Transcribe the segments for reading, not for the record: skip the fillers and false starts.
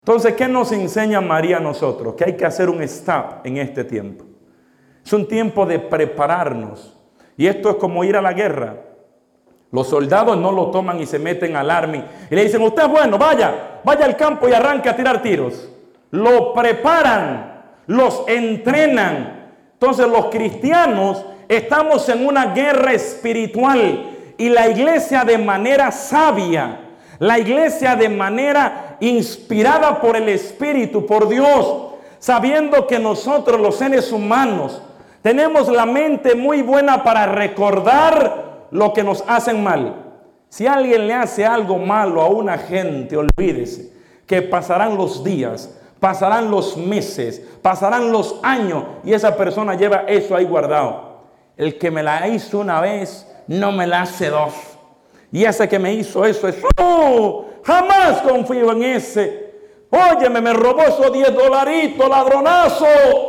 Entonces, ¿qué nos enseña María a nosotros? Que hay que hacer un stop en este tiempo. Es un tiempo de prepararnos. Y esto es como ir a la guerra. Los soldados no lo toman y se meten al army y le dicen, usted es bueno, vaya al campo y arranque a tirar tiros. Lo preparan, los entrenan. Entonces los cristianos estamos en una guerra espiritual y la iglesia de manera sabia, la iglesia de manera inspirada por el Espíritu, por Dios, sabiendo que nosotros los seres humanos tenemos la mente muy buena para recordar lo que nos hacen mal. Si alguien le hace algo malo a una gente, olvídese que pasarán los días, pasarán los meses, pasarán los años y esa persona lleva eso ahí guardado. El que me la hizo una vez, no me la hace dos. Y ese que me hizo eso, jamás confío en ese. Óyeme, me robó esos $10, ladronazo,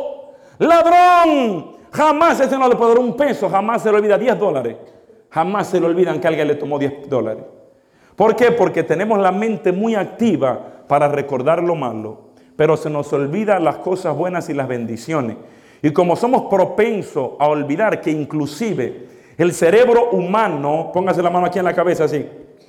ladrón. Jamás ese no le puede dar un peso, jamás se le olvida $10. Jamás se le olvidan que alguien le tomó $10. ¿Por qué? Porque tenemos la mente muy activa para recordar lo malo, pero se nos olvidan las cosas buenas y las bendiciones. Y como somos propensos a olvidar que inclusive el cerebro humano, póngase la mano aquí en la cabeza así,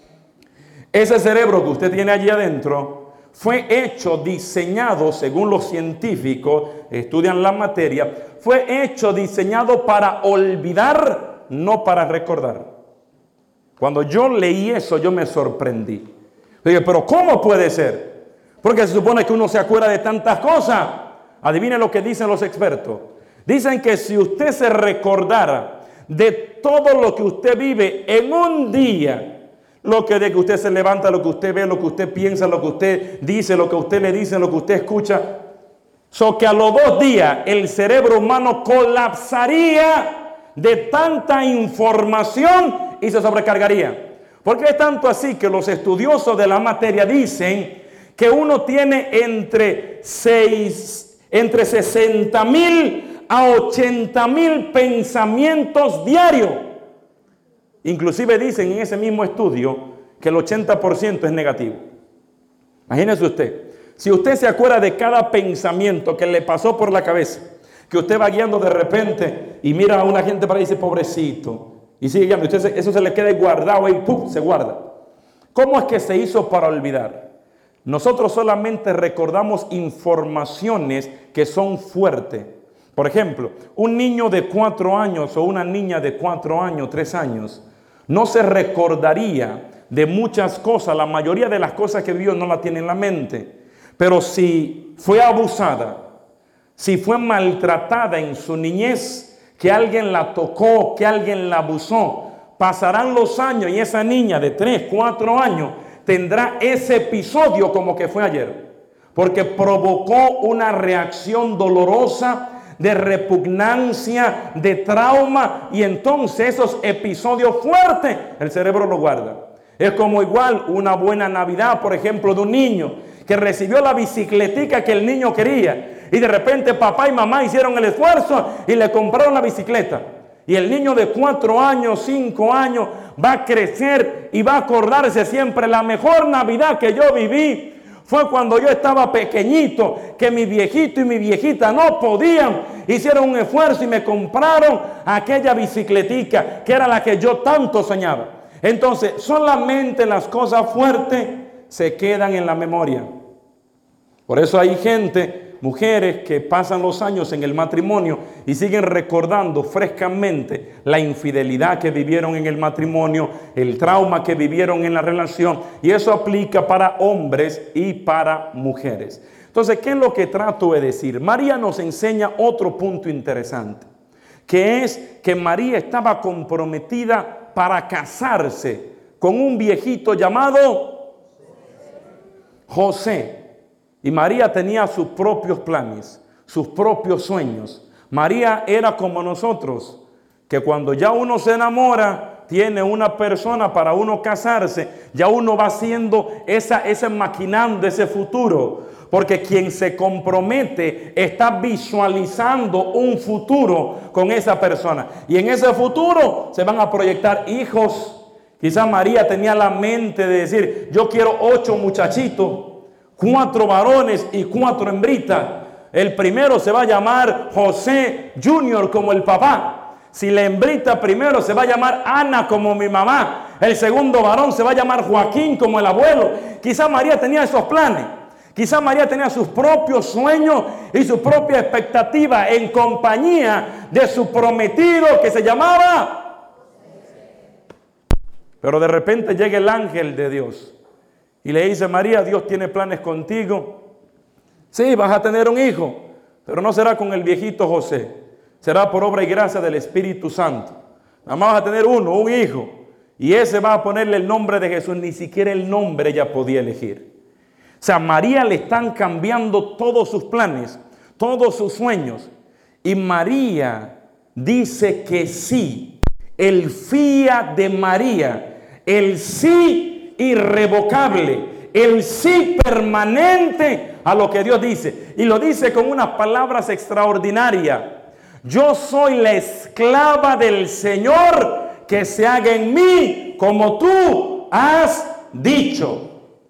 ese cerebro que usted tiene allí adentro fue hecho, diseñado, según los científicos, estudian la materia, fue hecho, diseñado para olvidar, no para recordar. Cuando yo leí eso, yo me sorprendí. Dije, pero ¿cómo puede ser? Porque se supone que uno se acuerda de tantas cosas. Adivine lo que dicen los expertos. Dicen que si usted se recordara de todo lo que usted vive en un día, lo que de que usted se levanta, lo que usted ve, lo que usted piensa, lo que usted dice, lo que usted le dice, lo que usted escucha, que a los 2 días el cerebro humano colapsaría de tanta información y se sobrecargaría. Porque es tanto así que los estudiosos de la materia dicen que uno tiene entre 60,000 a 80,000 pensamientos diarios. Inclusive dicen en ese mismo estudio que el 80% es negativo. Imagínese usted, si usted se acuerda de cada pensamiento que le pasó por la cabeza, que usted va guiando de repente y mira a una gente para ahí y dice, pobrecito, y sigue guiando, usted eso se le queda guardado ahí, ¡pum!, se guarda. ¿Cómo es que se hizo para olvidar? Nosotros solamente recordamos informaciones que son fuertes. Por ejemplo, un niño de 4 años o una niña de 4 años, 3 años, no se recordaría de muchas cosas. La mayoría de las cosas que vivió no la tiene en la mente. Pero si fue abusada, si fue maltratada en su niñez, que alguien la tocó, que alguien la abusó, pasarán los años y esa niña de 3, 4 años tendrá ese episodio como que fue ayer. Porque provocó una reacción dolorosa, de repugnancia, de trauma, y entonces esos episodios fuertes el cerebro lo guarda. Es como igual una buena Navidad, por ejemplo, de un niño que recibió la bicicletica que el niño quería y de repente papá y mamá hicieron el esfuerzo y le compraron la bicicleta. Y el niño de 4 años, 5 años va a crecer y va a acordarse siempre: la mejor Navidad que yo viví fue cuando yo estaba pequeñito, que mi viejito y mi viejita no podían, hicieron un esfuerzo y me compraron aquella bicicletica que era la que yo tanto soñaba. Entonces, solamente las cosas fuertes se quedan en la memoria. Por eso hay gente, mujeres, que pasan los años en el matrimonio y siguen recordando frescamente la infidelidad que vivieron en el matrimonio, el trauma que vivieron en la relación, y eso aplica para hombres y para mujeres. Entonces, ¿qué es lo que trato de decir? María nos enseña otro punto interesante, que es que María estaba comprometida para casarse con un viejito llamado José. Y María tenía sus propios planes, sus propios sueños. María era como nosotros, que cuando ya uno se enamora, tiene una persona para uno casarse, ya uno va haciendo ese maquinando ese futuro. Porque quien se compromete está visualizando un futuro con esa persona. Y en ese futuro se van a proyectar hijos. Quizá María tenía la mente de decir: yo quiero 8 muchachitos. 4 varones y 4 hembritas. El primero se va a llamar José Junior como el papá. Si la hembrita primero se va a llamar Ana como mi mamá. El segundo varón se va a llamar Joaquín como el abuelo. Quizá María tenía esos planes. Quizá María tenía sus propios sueños y su propia expectativa en compañía de su prometido que se llamaba. Pero de repente llega el ángel de Dios y le dice: María, Dios tiene planes contigo. Sí, vas a tener un hijo, pero no será con el viejito José. Será por obra y gracia del Espíritu Santo. Nada más vas a tener un hijo. Y ese va a ponerle el nombre de Jesús. Ni siquiera el nombre ella podía elegir. O sea, a María le están cambiando todos sus planes, todos sus sueños. Y María dice que sí. El fiat de María, el sí irrevocable, el sí permanente a lo que Dios dice. Y lo dice con unas palabras extraordinarias. Yo soy la esclava del Señor, que se haga en mí como tú has dicho.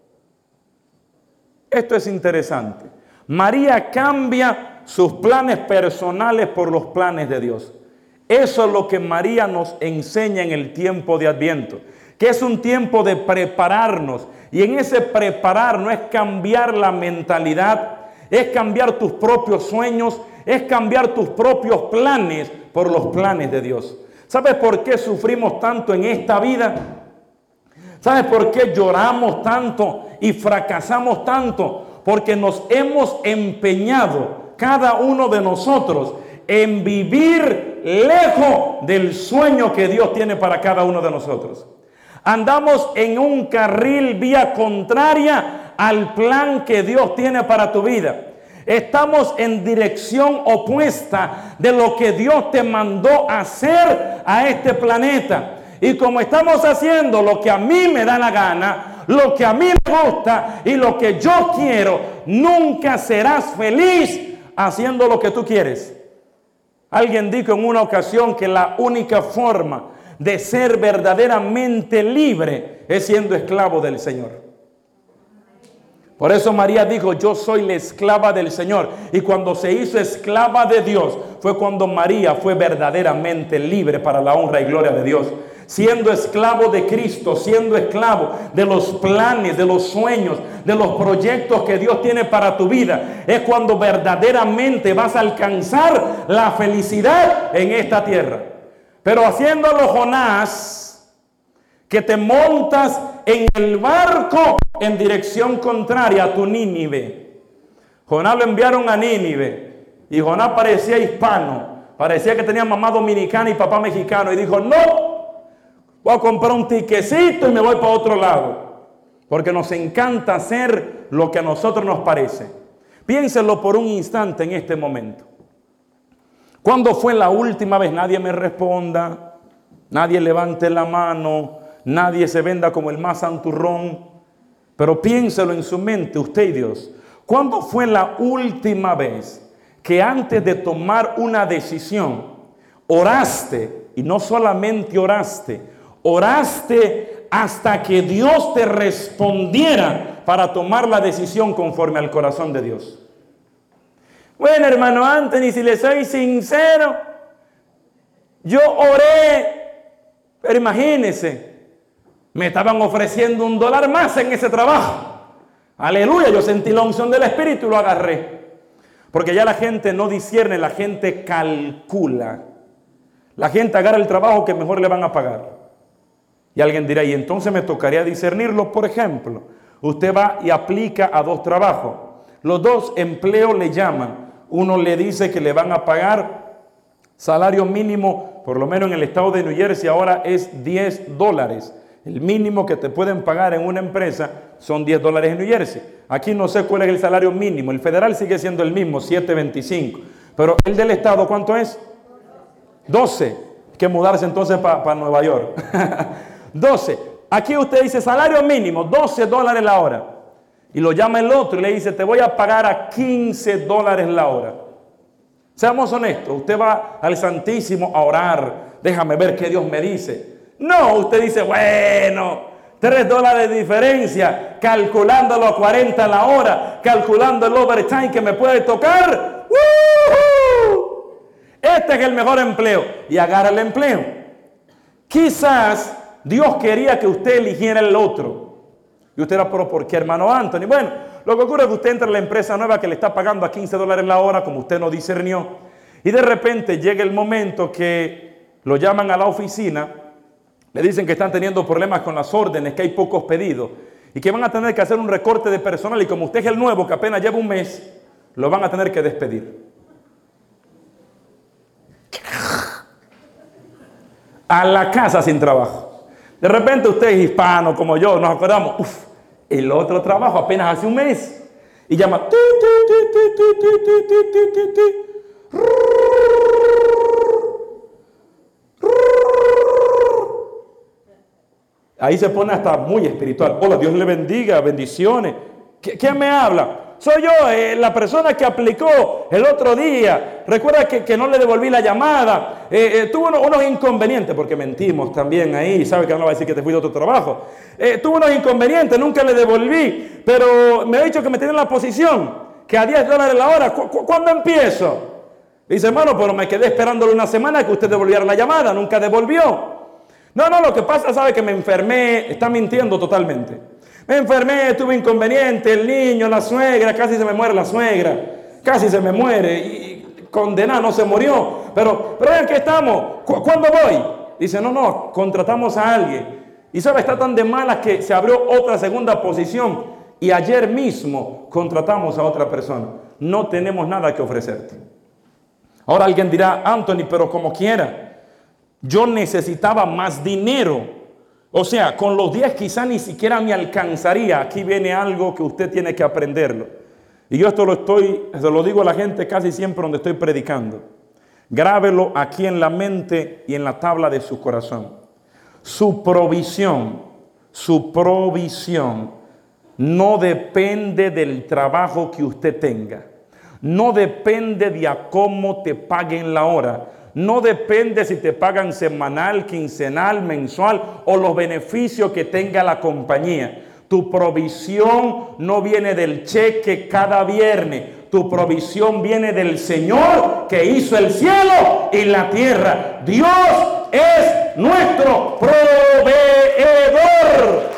Esto es interesante. María cambia sus planes personales por los planes de Dios. Eso es lo que María nos enseña en el tiempo de Adviento, que es un tiempo de prepararnos. Y en ese preparar no es cambiar la mentalidad, es cambiar tus propios sueños, es cambiar tus propios planes por los planes de Dios. ¿Sabes por qué sufrimos tanto en esta vida? ¿Sabes por qué lloramos tanto y fracasamos tanto? Porque nos hemos empeñado, cada uno de nosotros, en vivir lejos del sueño que Dios tiene para cada uno de nosotros. Andamos en un carril vía contraria al plan que Dios tiene para tu vida. Estamos en dirección opuesta de lo que Dios te mandó hacer a este planeta. Y como estamos haciendo lo que a mí me da la gana, lo que a mí me gusta y lo que yo quiero, nunca serás feliz haciendo lo que tú quieres. Alguien dijo en una ocasión que la única forma de ser verdaderamente libre es siendo esclavo del Señor. Por eso María dijo: yo soy la esclava del Señor. Y cuando se hizo esclava de Dios, fue cuando María fue verdaderamente libre para la honra y gloria de Dios. Siendo esclavo de Cristo, siendo esclavo de los planes, de los sueños, de los proyectos que Dios tiene para tu vida, es cuando verdaderamente vas a alcanzar la felicidad en esta tierra. Pero haciéndolo Jonás, que te montas en el barco en dirección contraria a tu Nínive. Jonás lo enviaron a Nínive y Jonás parecía hispano, parecía que tenía mamá dominicana y papá mexicano, y dijo: no, voy a comprar un tiquecito y me voy para otro lado, porque nos encanta hacer lo que a nosotros nos parece. Piénselo por un instante en este momento. ¿Cuándo fue la última vez? Nadie me responda, nadie levante la mano, nadie se venda como el más santurrón, pero piénselo en su mente, usted y Dios. ¿Cuándo fue la última vez que antes de tomar una decisión oraste? Y no solamente oraste hasta que Dios te respondiera para tomar la decisión conforme al corazón de Dios. Bueno, hermano Anthony, si le soy sincero, yo oré, pero imagínese, me estaban ofreciendo $1 más en ese trabajo. Aleluya, yo sentí la unción del Espíritu y lo agarré. Porque ya la gente no discierne, la gente calcula. La gente agarra el trabajo que mejor le van a pagar. Y alguien dirá: y entonces me tocaría discernirlo. Por ejemplo, usted va y aplica a 2 trabajos. Los 2 empleos le llaman. Uno le dice que le van a pagar salario mínimo, por lo menos en el estado de New Jersey ahora es $10. El mínimo que te pueden pagar en una empresa son $10 en New Jersey. Aquí no sé cuál es el salario mínimo. El federal sigue siendo el mismo, $7.25. Pero el del estado, ¿cuánto es? 12. Hay que mudarse entonces para Nueva York. 12. Aquí usted dice salario mínimo, $12 la hora. Y lo llama el otro y le dice: te voy a pagar a $15 la hora. Seamos honestos, usted va al Santísimo a orar. Déjame ver qué Dios me dice. No, usted dice: bueno, $3 de diferencia, calculándolo a 40 la hora, calculando el overtime que me puede tocar. ¡Woo! Este es el mejor empleo. Y agarra el empleo. Quizás Dios quería que usted eligiera el otro. Y usted era, pero ¿por qué, hermano Anthony? Bueno, lo que ocurre es que usted entra en la empresa nueva que le está pagando a $15 la hora, como usted no discernió. Y de repente llega el momento que lo llaman a la oficina, le dicen que están teniendo problemas con las órdenes, que hay pocos pedidos y que van a tener que hacer un recorte de personal, y como usted es el nuevo, que apenas lleva un mes, lo van a tener que despedir. A la casa sin trabajo. De repente usted es hispano como yo, nos acordamos, el otro trabajo apenas hace un mes, y llama ahí se pone hasta muy espiritual. Hola, Dios le bendiga, bendiciones. ¿Quién me habla? Soy yo, la persona que aplicó el otro día. Recuerda que no le devolví la llamada. Tuvo unos inconvenientes, porque mentimos también ahí. Sabe que no va a decir que te fui de otro trabajo. Tuvo unos inconvenientes, nunca le devolví. Pero me ha dicho que me tiene en la posición, que a $10 la hora. ¿Cuándo empiezo? Dice, hermano, pero me quedé esperándole una semana que usted devolviera la llamada. Nunca devolvió. No, lo que pasa, sabe que me enfermé. Está mintiendo totalmente. Me enfermé, tuve inconveniente, el niño, la suegra, casi se me muere la suegra, casi se me muere, y condenada, no se murió. Pero vean que estamos, ¿cuándo voy? Dice, no, contratamos a alguien. Y sabe, está tan de malas que se abrió otra segunda posición, y ayer mismo contratamos a otra persona. No tenemos nada que ofrecerte. Ahora alguien dirá, Anthony, pero como quiera, yo necesitaba más dinero. O sea, con los 10 quizá ni siquiera me alcanzaría. Aquí viene algo que usted tiene que aprenderlo. Y yo esto se lo digo a la gente casi siempre donde estoy predicando. Grábelo aquí en la mente y en la tabla de su corazón. Su provisión no depende del trabajo que usted tenga. No depende de a cómo te paguen la hora. No depende si te pagan semanal, quincenal, mensual o los beneficios que tenga la compañía. Tu provisión no viene del cheque cada viernes. Tu provisión viene del Señor que hizo el cielo y la tierra. Dios es nuestro proveedor.